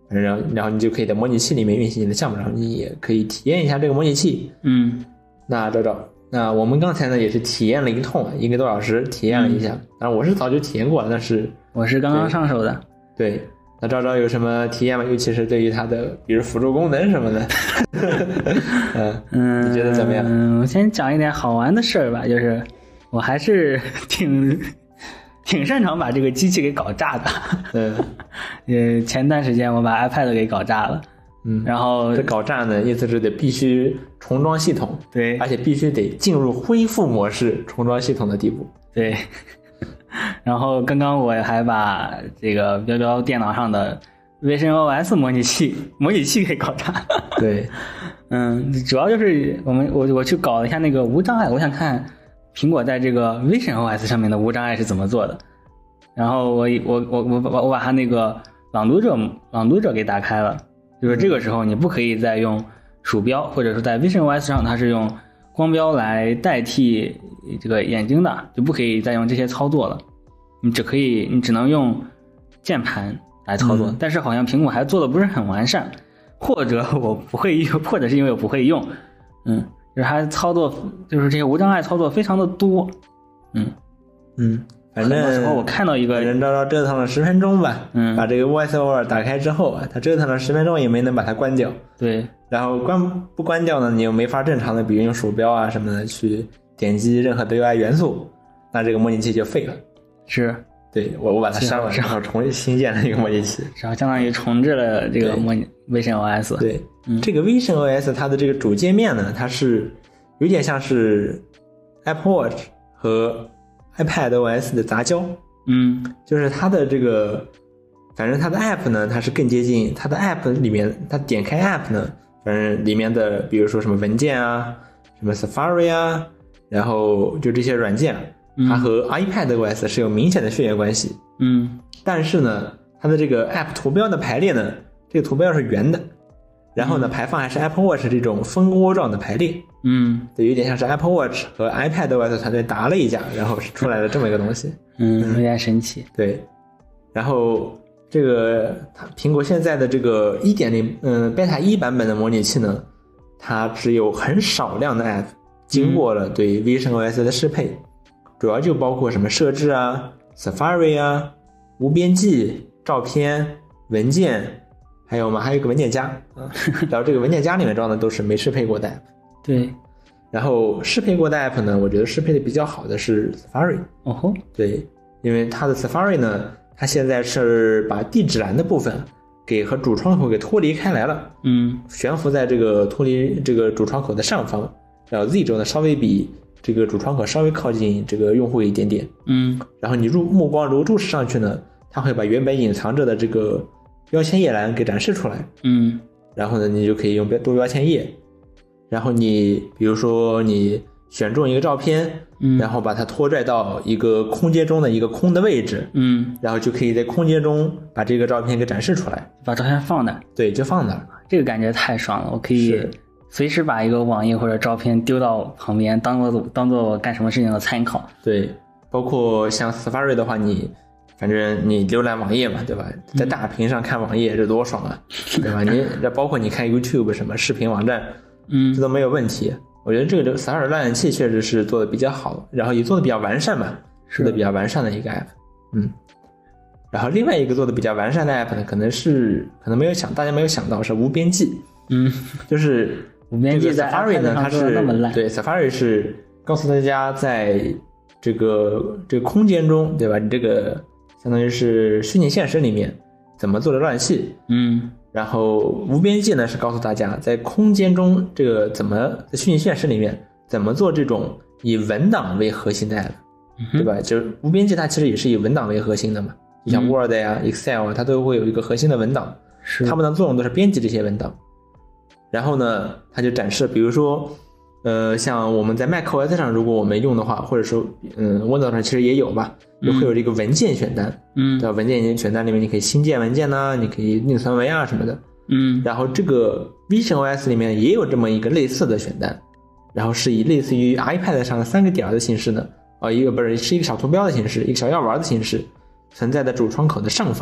反正然后你就可以在模拟器里面运行你的项目，然后你也可以体验一下这个模拟器。 嗯， 那赵赵，那我们刚才呢也是体验了一通，一个多小时体验了一下。当然、嗯、我是早就体验过了，但是我是刚刚上手的。 对。对，那赵赵有什么体验吗？尤其是对于它的，比如辅助功能什么的。嗯嗯，你觉得怎么样？ 嗯，我先讲一点好玩的事儿吧，就是我还是挺挺擅长把这个机器给搞炸的。 嗯， 呃，前段时间我把 iPad 给搞炸了。 嗯， 然后这搞炸呢，意思是得必须重装系统， 对， 而且必须得进入恢复模式重装系统的地步。 对。然后刚刚我还把这个标标电脑上的 visionOS 模拟器模拟器给搞炸了。 对， 嗯，主要就是我们我我去搞了一下那个无障碍，我想看苹果在这个 visionOS 上面的无障碍是怎么做的。然后我我我我我我把它那个朗读者朗读者给打开了，就是这个时候你不可以再用鼠标，或者说在 visionOS 上它是用光标来代替这个眼睛的，就不可以再用这些操作了。你只可以，你只能用键盘来操作。嗯、但是好像苹果还做的不是很完善，或者我不会用，或者是因为我不会用。嗯，就是它操作，就是这些无障碍操作非常的多。嗯嗯，反正时候我看到一个人照照折腾了十分钟吧， 嗯， 把这个 VoiceOver 打开之后啊，他折腾了十分钟也没能把它关掉。 对。 然后关不关掉呢？你又没法正常的，比如用鼠标啊什么的去点击任何的 U I 元素，那这个模拟器就废了。 是， 对，我我把它删了，然后重新建了一个模拟器， 然后相当于重置了这个模拟 visionOS。 对，嗯、这个 visionOS 它的这个主界面呢，它是有点像是 Apple Watch 和 iPadOS 的杂交。 嗯， 就是它的这个，反正它的 App 呢，它是更接近它的 App 里面，它点开 App 呢，反正里面的比如说什么文件啊，什么 Safari 啊，然后就这些软件。它和 iPadOS 是有明显的血缘关系， 嗯， 但是呢，它的这个 App 图标的排列呢，这个图标是圆的，然后呢，排放还是 Apple Watch 这种蜂窝状的排列， 嗯， 对，有点像是 Apple Watch 和 iPadOS 团队打了一架，然后是出来了这么一个东西， 嗯，有点神奇， 对，然后这个它苹果现在的这个 一点零 嗯 Beta 一版本的模拟器呢，它只有很少量的 App 经过了对 visionOS 的适配。嗯，主要就包括什么设置啊 Safari 啊无边际照片文件，还有吗还有一个文件夹啊，然后这个文件夹里面装的都是没适配过的 app。 对， 然后适配过的 app 呢，我觉得适配的比较好的是 Safari。 哦吼， 对，因为它的 Safari 呢，它现在是把地址栏的部分给和主窗口给脱离开来了， 嗯， 悬浮在这个脱离这个主窗口的上方，然后 Z 轴呢稍微比这个主窗口稍微靠近这个用户一点点， 嗯，然后你入目光如注视上去呢，它会把原本隐藏着的这个标签页栏给展示出来， 嗯， 然后呢，你就可以用多标签页，然后你比如说你选中一个照片， 嗯， 然后把它拖拽到一个空间中的一个空的位置， 嗯， 然后就可以在空间中把这个照片给展示出来， 把照片放那， 对，就放那儿， 这个感觉太爽了，我可以随时把一个网页或者照片丢到旁边，当做当做我干什么事情的参考。 对，包括像 Safari 的话，你反正你浏览网页嘛，对吧？在大屏上看网页这多爽啊，嗯、对吧？你这包括你看 YouTube 什么视频网站， 嗯， 这都没有问题。我觉得这个 Safari 浏览器确实是做的比较好，然后也做的比较完善嘛，做的比较完善的一个 app。嗯，然后另外一个做的比较完善的 app 呢，可能是可能没有想大家没有想到是无边际。 嗯， 就是无边际在 Safari 呢，它是对 Safari 是告诉大家在这个这个空间中，对吧？你这个相当于是虚拟现实里面怎么做的浏览器， 嗯， 然后无边际呢是告诉大家在空间中这个怎么在虚拟现实里面怎么做这种以文档为核心的 app， 嗯、 对吧？就是无边际它其实也是以文档为核心的嘛，就像 Word 呀、嗯、Excel 啊，它都会有一个核心的文档， 是它们的作用都是编辑这些文档。然后呢，它就展示，比如说，呃，像我们在 macOS 上，如果我们用的话，或者说，嗯 ，Windows 上其实也有吧，就会有这个文件选单， 嗯， 对吧？文件选单里面你可以新建文件呐、啊，你可以另存为啊什么的， 嗯。 然后这个 visionOS 里面也有这么一个类似的选单，然后是以类似于 iPad 上的三个点的形式呢，啊、呃，一个不是是一个小图标的形式，一个小药丸的形式，存在在主窗口的上方。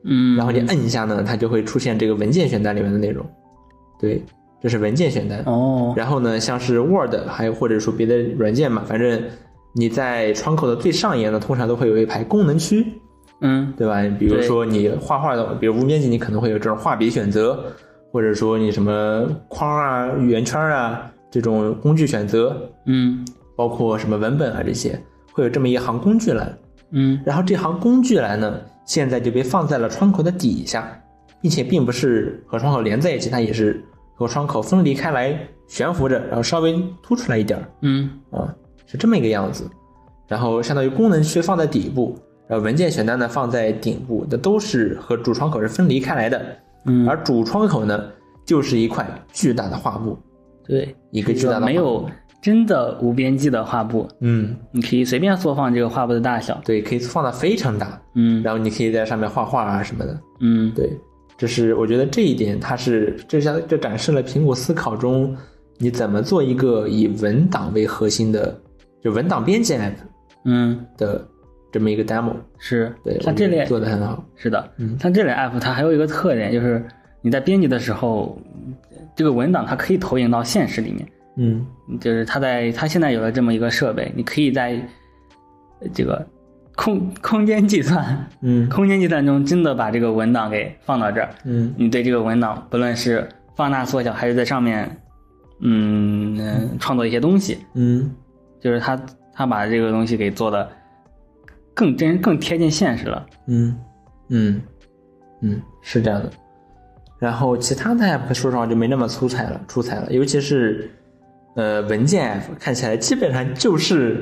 嗯， 然后你摁一下呢，它就会出现这个文件选单里面的内容。对，这是文件选单。 哦， 然后呢，像是 Word 还有或者说别的软件嘛，反正你在窗口的最上沿呢，通常都会有一排功能区。 嗯， 对吧？比如说你画画的，比如无边际，你可能会有这种画笔选择，或者说你什么框啊、圆圈啊这种工具选择， 嗯， 包括什么文本啊这些，会有这么一行工具栏。 嗯， 然后这行工具栏呢，现在就被放在了窗口的底下，并且并不是和窗口连在一起，它也是和窗口分离开来，悬浮着，然后稍微凸出来一点。 嗯， 啊，是这么一个样子。然后相当于功能区放在底部。然后文件选单呢放在顶部，这都是和主窗口是分离开来的。 嗯， 而主窗口呢就是一块巨大的画布。 对， 一个巨大的画布， 没有真的无边际的画布。 嗯， 你可以随便缩放这个画布的大小。 对，可以放到非常大。 嗯， 然后你可以在上面画画啊什么的。 嗯， 对，这是我觉得这一点，它是这下这展示了苹果思考中你怎么做一个以文档为核心的，就文档编辑 app。 嗯的。这么一个 demo 是， 对， 它这类做得很好。 是的， 嗯， 它这类 app 它还有一个特点，就是你在编辑的时候，这个文档它可以投影到现实里面。 嗯， 就是它在它现在有了这么一个设备，你可以在这个空空间计算， 嗯， 空间计算中真的把这个文档给放到这儿。 嗯， 你对这个文档不论是放大缩小，还是在上面，嗯，呃、创作一些东西， 嗯， 就是它它把这个东西给做的。更真更贴近现实了。 嗯嗯嗯，是这样的。然后其他的 app 说实话就没那么出彩了，出彩了，尤其是呃文件 app 看起来基本上就是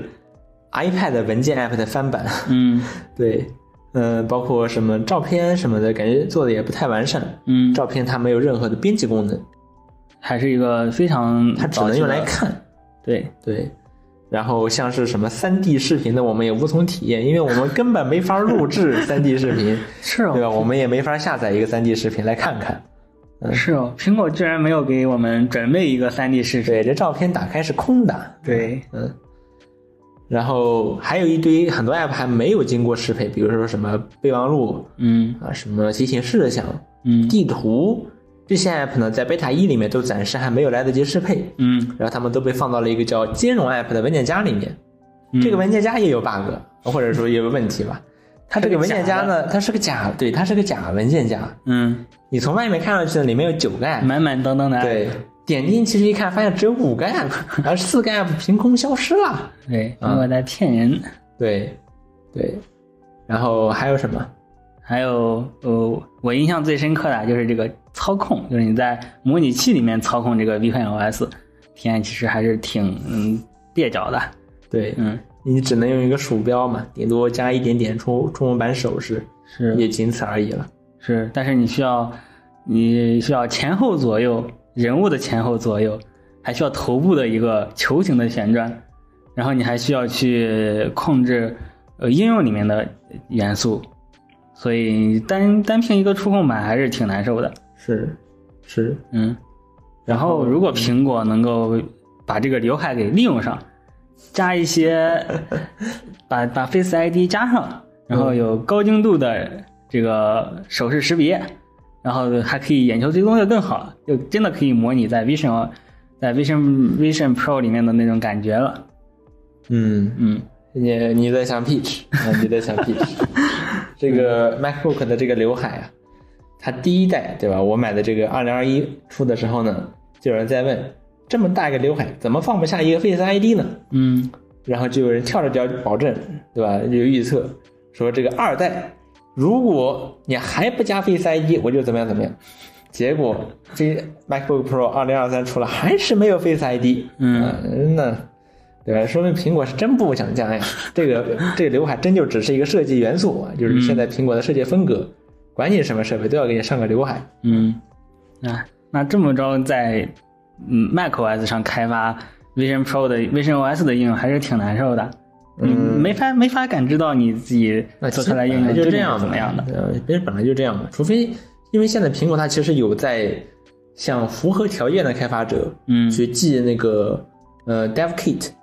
iPad 文件 app 的翻版。 嗯， 对，呃，包括什么照片什么的，感觉做的也不太完善。 嗯， 照片它没有任何的编辑功能， 还是一个非常它只能用来看。 对对。然后像是什么 三 D 视频的我们也无从体验，因为我们根本没法录制 三 D 视频。 是哦， 对吧？我们也没法下载一个 三 D 视频来看看。 嗯，是哦，苹果居然没有给我们准备一个 三 D 视频。 对，这照片打开是空的。 对， 嗯。然后还有一堆很多 app 还没有经过适配，比如说什么备忘录， 嗯啊，什么提醒事项， 嗯， 地图。这些 app 呢，在 beta 一里面都暂时还没有来得及适配， 嗯， 然后他们都被放到了一个叫兼容 app 的文件夹里面。 嗯、 这个文件夹也有 bug， 或者说也有问题吧。它这个文件夹呢，它是个假，对，它是个假文件夹。 嗯， 你从外面看上去呢，里面有九个 app， 满满当当的 app。 对，点进其实一看，发现只有五个 app， 而四个 app 凭空消失了。 对，苹果在骗人。 嗯、对，对。然后还有什么？ 还有呃，我印象最深刻的就是这个操控，就是你在模拟器里面操控这个 visionOS， 体验其实还是挺嗯蹩脚的。 对， 嗯， 你只能用一个鼠标嘛，顶多加一点点触触摸板手势， 是也仅此而已了。 是，但是你需要你需要前后左右人物的前后左右，还需要头部的一个球形的旋转，然后你还需要去控制呃应用里面的元素。所以单单凭一个触控板还是挺难受的。 是，是， 嗯。然后如果苹果能够把这个刘海给利用上，加一些，把把 Face I D 加上，然后有高精度的这个手势识别，然后还可以眼球追踪的更好，就真的可以模拟在 Vision 在 Vision Vision Pro 里面的那种感觉了。 嗯嗯， 你你在想 Peach 啊？你在想 Peach。这个 MacBook 的这个刘海啊，它第一代对吧？我买的这个二零二一出的时候呢，就有人在问，这么大一个刘海怎么放不下一个 Face I D 呢？ 嗯， 然后就有人跳着脚保证，对吧？就预测说这个二代，如果你还不加 Face I D， 我就怎么样怎么样。结果这 MacBook Pro 二零二三出了，还是没有 Face I D。 嗯， 啊、那。对吧？说明苹果是真不想加呀，这个这个刘海真就只是一个设计元素啊，就是现在苹果的设计风格，嗯、管你什么设备都要给你上个刘海。 嗯，啊，那这么着在嗯 macOS 上开发 Vision Pro 的 visionOS 的应用还是挺难受的，嗯，没法没法感知到你自己做出来应用就这样怎么样的， 呃，别人本来就这样嘛，除非因为现在苹果它其实有在向符合条件的开发者， 嗯， 去寄那个呃 DevKit。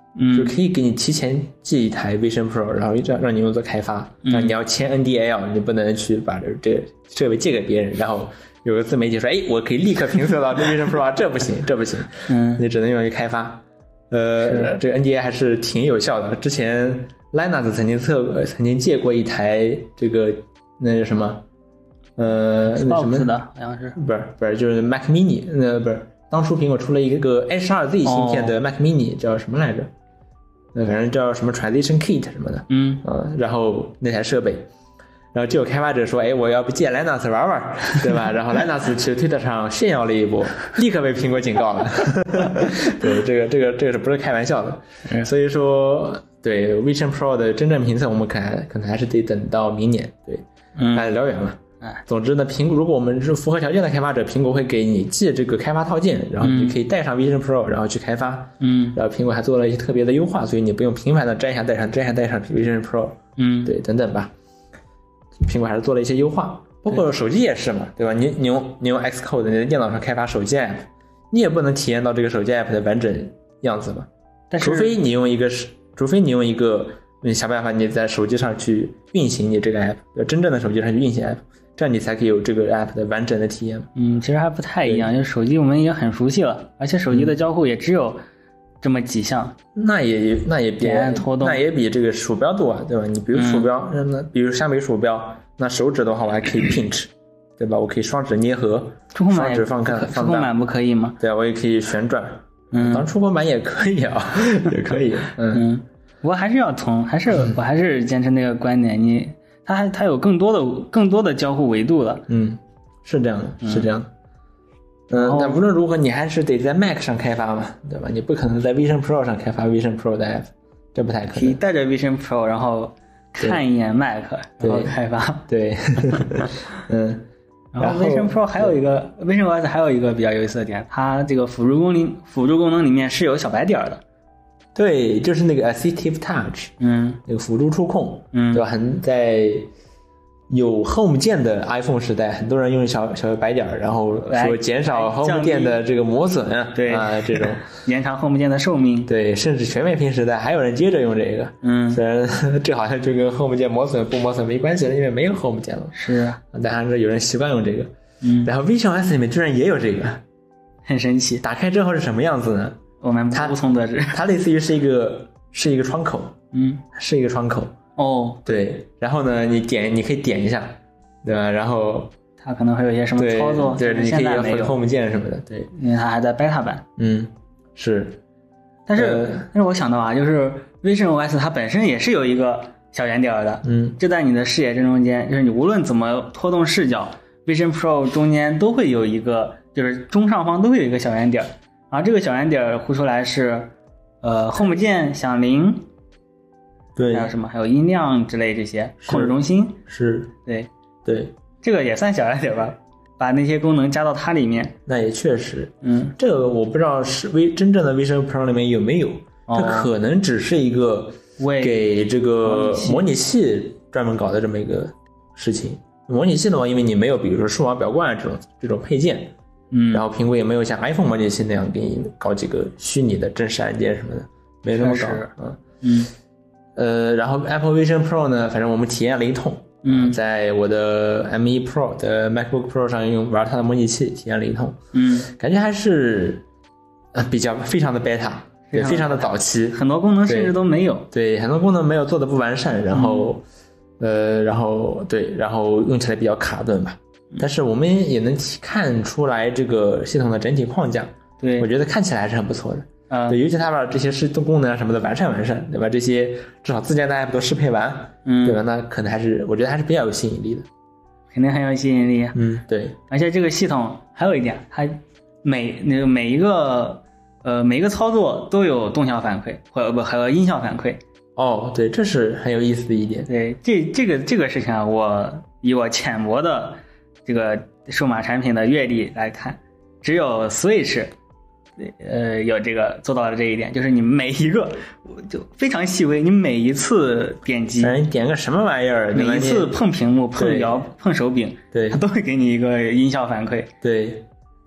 嗯， 就可以给你提前寄一台 Vision Pro， 然后让让你用作开发。但你要签 N D A L， 你不能去把这这个设备借给别人，然后有个自媒体说，哎，我可以立刻评测到这 Vision Pro 啊，这不行，这不行， 嗯， 你只能用于开发。呃，这个 N D A 还是挺有效的。之前 Linux 曾经测，曾经借过一台这个那是什么？呃，那什么的，好像是不是不是就是 Mac Mini， 那不是当初苹果出了一个 A 十二 Z 芯片的 Mac Mini，、哦、叫什么来着？那反正叫什么 Transition Kit 什么的， 嗯啊、呃，然后那台设备，然后就有开发者说，哎，我要不借 Linux 玩玩，对吧？然后 Linux 去推特上炫耀了一波，立刻被苹果警告了。对，这个这个这个是不是开玩笑的？ 嗯、 所以说，对 Vision Pro 的真正评测，我们可能可能还是得等到明年。对， 嗯， 哎，聊远了。总之呢，苹果如果我们是符合条件的开发者，苹果会给你寄这个开发套件，然后你可以带上 Vision Pro， 然后去开发。 嗯， 然后苹果还做了一些特别的优化，所以你不用频繁的摘下带上摘下带上 Vision Pro。 嗯， 对，等等吧。苹果还是做了一些优化，包括手机也是嘛，对吧？你你用你用 Xcode， 你在电脑上开发手机 app， 你也不能体验到这个手机 app 的完整样子嘛。 但是除非你用一个，除非你用一个，你想办法你在手机上去运行你这个 app， 真正的手机上去运行 app。这样你才可以有这个 app 的完整的体验。 嗯，其实还不太一样，就是手机我们也很熟悉了，而且手机的交互也只有这么几项。 嗯、那也那也比拖动， 那也比这个鼠标多啊，对吧？你比如鼠标，嗯、那比如相比鼠标，那手指的话我还可以 pinch， 对吧？我可以双指捏合， 触控板双指放看放大。 触控板不可以吗？ 对啊，我也可以旋转。 嗯， 当然触控板也可以啊，也可以。嗯嗯，不过还是要从，还是我还是坚持那个观点，你。它还它有更多的更多的交互维度了， 嗯，是这样的，是这样的，嗯，但无论如何，你还是得在 Mac 上开发嘛，对吧？你不可能在 Vision Pro 上开发 Vision Pro 的 app， 这不太可能。 可以带着 Vision Pro， 然后看一眼 Mac， 然后开发。 对，嗯， 然后 Vision Pro 还有一个 Vision O S 还有一个比较有意思的点，它这个辅助功能辅助功能里面是有小白点的。 对，就是那个 Assistive Touch， 嗯， 那个辅助触控， 嗯， 对吧？很在有 Home 键的 iPhone 时代，很多人用小小白点，然后说减少 Home 键的这个磨损， 对啊，这种延长 Home 键的寿命， 对，甚至全面屏时代还有人接着用这个， 嗯， 虽然这好像就跟 Home 键磨损不磨损没关系了，因为没有 Home 键了， 是啊， 但还是有人习惯用这个， 嗯， 然后 Vision O S 里面居然也有这个， 很神奇。 打开之后是什么样子呢？ 我们无从得知， 它类似于是一个是一个窗口， 嗯， 是一个窗口。 哦， 对，然后呢，你点，你可以点一下，对吧？然后它可能会有一些什么操作， 对，对，你可以按 Home 键什么的，对， 因为它还在 beta 版。 嗯，是。 但是，呃、但是我想到啊，就是 Vision O S 它本身也是有一个小圆点的， 嗯， 就在你的视野正中间，就是你无论怎么拖动视角 ，Vision Pro 中间都会有一个，就是中上方都会有一个小圆点，然后这个小圆点呼出来是，呃 ，Home 键、响铃。 对， 还有什么？还有音量之类这些控制中心是， 对对， 这个也算小一点吧，把那些功能加到它里面。 那也确实， 嗯， 这个我不知道是微真正的 Vision Pro 里面有没有， 哦、 这可能只是一个给这个模拟器专门搞的这么一个事情。模拟器的话，因为你没有比如说数码表冠这种这种配件， 嗯， 然后苹果也没有像 iPhone 模拟器那样给你搞几个虚拟的真实按键什么的，没这么搞， 嗯嗯。 呃，然后 Apple Vision Pro 呢，反正我们体验了一通， 嗯， 在我的 M 一 Pro 的 MacBook Pro 上用玩它的模拟器体验了一通， 嗯， 感觉还是呃比较非常的 beta， 对，非常的早期， 很多功能甚至都没有， 对，对很多功能没有做的不完善，然后、嗯、呃，然后对，然后用起来比较卡顿吧，但是我们也能看出来这个系统的整体框架， 对， 我觉得看起来还是很不错的。 嗯， 对，尤其他把这些是功能什么的完善完善，对吧？这些至少自建的 app 都适配完， 嗯， 对吧？那可能还是我觉得还是比较有吸引力的， 肯定很有吸引力。 嗯，对。 而且这个系统还有一点，它每那个每一个呃每一个操作都有动效反馈，或者不还有音效反馈。 哦，对，这是很有意思的一点。 对，这这个这个事情啊，我以我浅薄的这个数码产品的阅历来看，只有 Switch。呃，有这个做到了这一点，就是你每一个就非常细微，你每一次点击， 你点个什么玩意儿， 每一次碰屏幕、碰摇、碰手柄， 对， 它都会给你一个音效反馈。 对，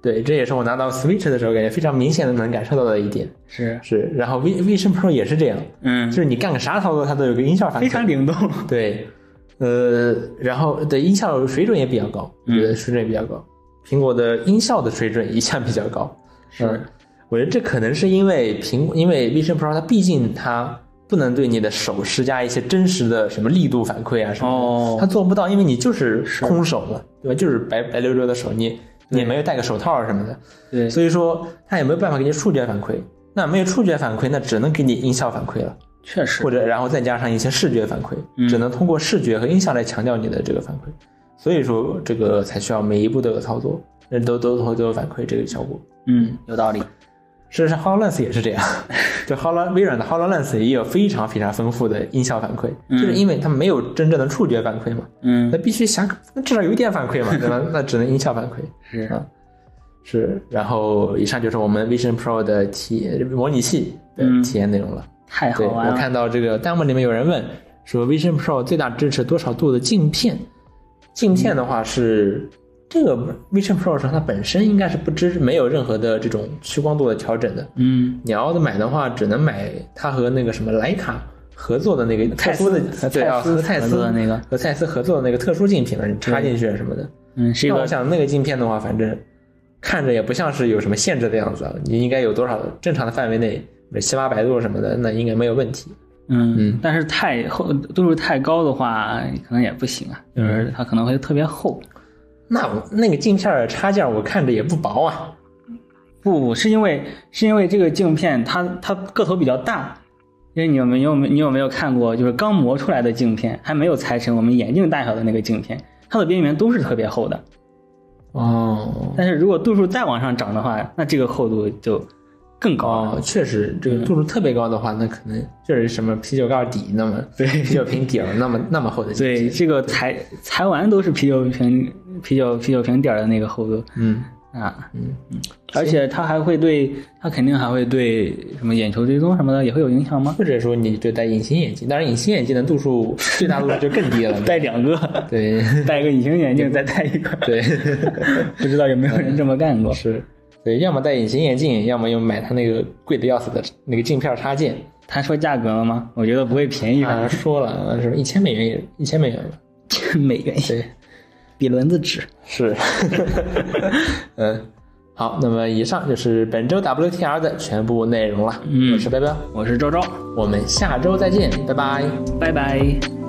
对，这也是我拿到 Switch 的时候感觉非常明显的能感受到的一点。 是是，然后 Vision Pro 也是这样， 嗯， 就是你干个啥操作它都有个音效反馈， 非常灵动。 对，呃，然后的音效水准也比较高，我觉得水准也比较高。苹果的音效的水准一向比较高， 是、 嗯，我觉得这可能是因为苹因为 Vision Pro 它毕竟它不能对你的手施加一些真实的什么力度反馈啊什么的， 哦， 它做不到，因为你就是空手嘛，对吧？就是白白溜溜的手，你你也没有戴个手套什么的， 对， 所以说它也没有办法给你触觉反馈。那没有触觉反馈，那只能给你音效反馈了， 确实， 或者然后再加上一些视觉反馈，嗯、只能通过视觉和音效来强调你的这个反馈。所以说这个才需要每一步都有操作，都都都都有反馈这个效果。 嗯，有道理。 事实上 HoloLens 也是这样，就 Holo 微软的 HoloLens 也有非常非常丰富的音效反馈，嗯、就是因为它没有真正的触觉反馈嘛， 嗯， 那必须想那至少有一点反馈嘛，对吧？那只能音效反馈。 是啊， 是。然后以上就是我们 Vision Pro 的体模拟器的体验内容了。 嗯、太好玩了！ 我看到这个弹幕里面有人问说 Vision Pro 最大支持多少度的镜片？镜片的话是。这个 Vision Pro 上它本身应该是不支持没有任何的这种屈光度的调整的。 嗯， 你要买的话，只能买它和那个什么徕卡合作的那个特殊的，对啊，和蔡司的那个和蔡司合作的那个特殊镜片，你插进去什么的。 嗯，是一个。 我想那个镜片的话，反正看着也不像是有什么限制的样子，你应该有多少正常的范围内，七八百度什么的，那应该没有问题。 嗯嗯，但是太厚度数太高的话，可能也不行啊，就是它可能会特别厚。 那我那个镜片插件我看着也不薄啊， 不不是因为是因为这个镜片它它个头比较大，因为你有没有你有没有看过就是刚磨出来的镜片，还没有裁成我们眼镜大小的那个镜片，它的边缘都是特别厚的。 哦， 但是如果度数再往上涨的话，那这个厚度就更高了。 哦，确实，这个度数特别高的话，嗯、那可能就是什么啤酒盖底那么， 对， 啤酒瓶底儿那么那么厚的。 对，这个裁裁完都是啤酒瓶啤酒啤酒瓶底儿的那个厚度。 嗯啊，嗯嗯，而且它还会对它肯定还会对什么眼球追踪什么的也会有影响吗？ 或者说你就戴隐形眼镜，当然隐形眼镜的度数最大度数就更低了， 戴两个， 对， 戴一个隐形眼镜再戴一个， 对， 不知道有没有人这么干过？ 是。对，要么戴隐形眼镜，要么又买它那个贵的要死的那个镜片插件。 他说价格了吗？我觉得不会便宜吧。 他说了，是一千美元，一千美元了。 美元， 对， 比轮子值。 是。嗯，好，那么以上就是本周 W T R 的全部内容了。 嗯， 我是彪彪， 我是周周， 我们下周再见，拜拜， 拜拜。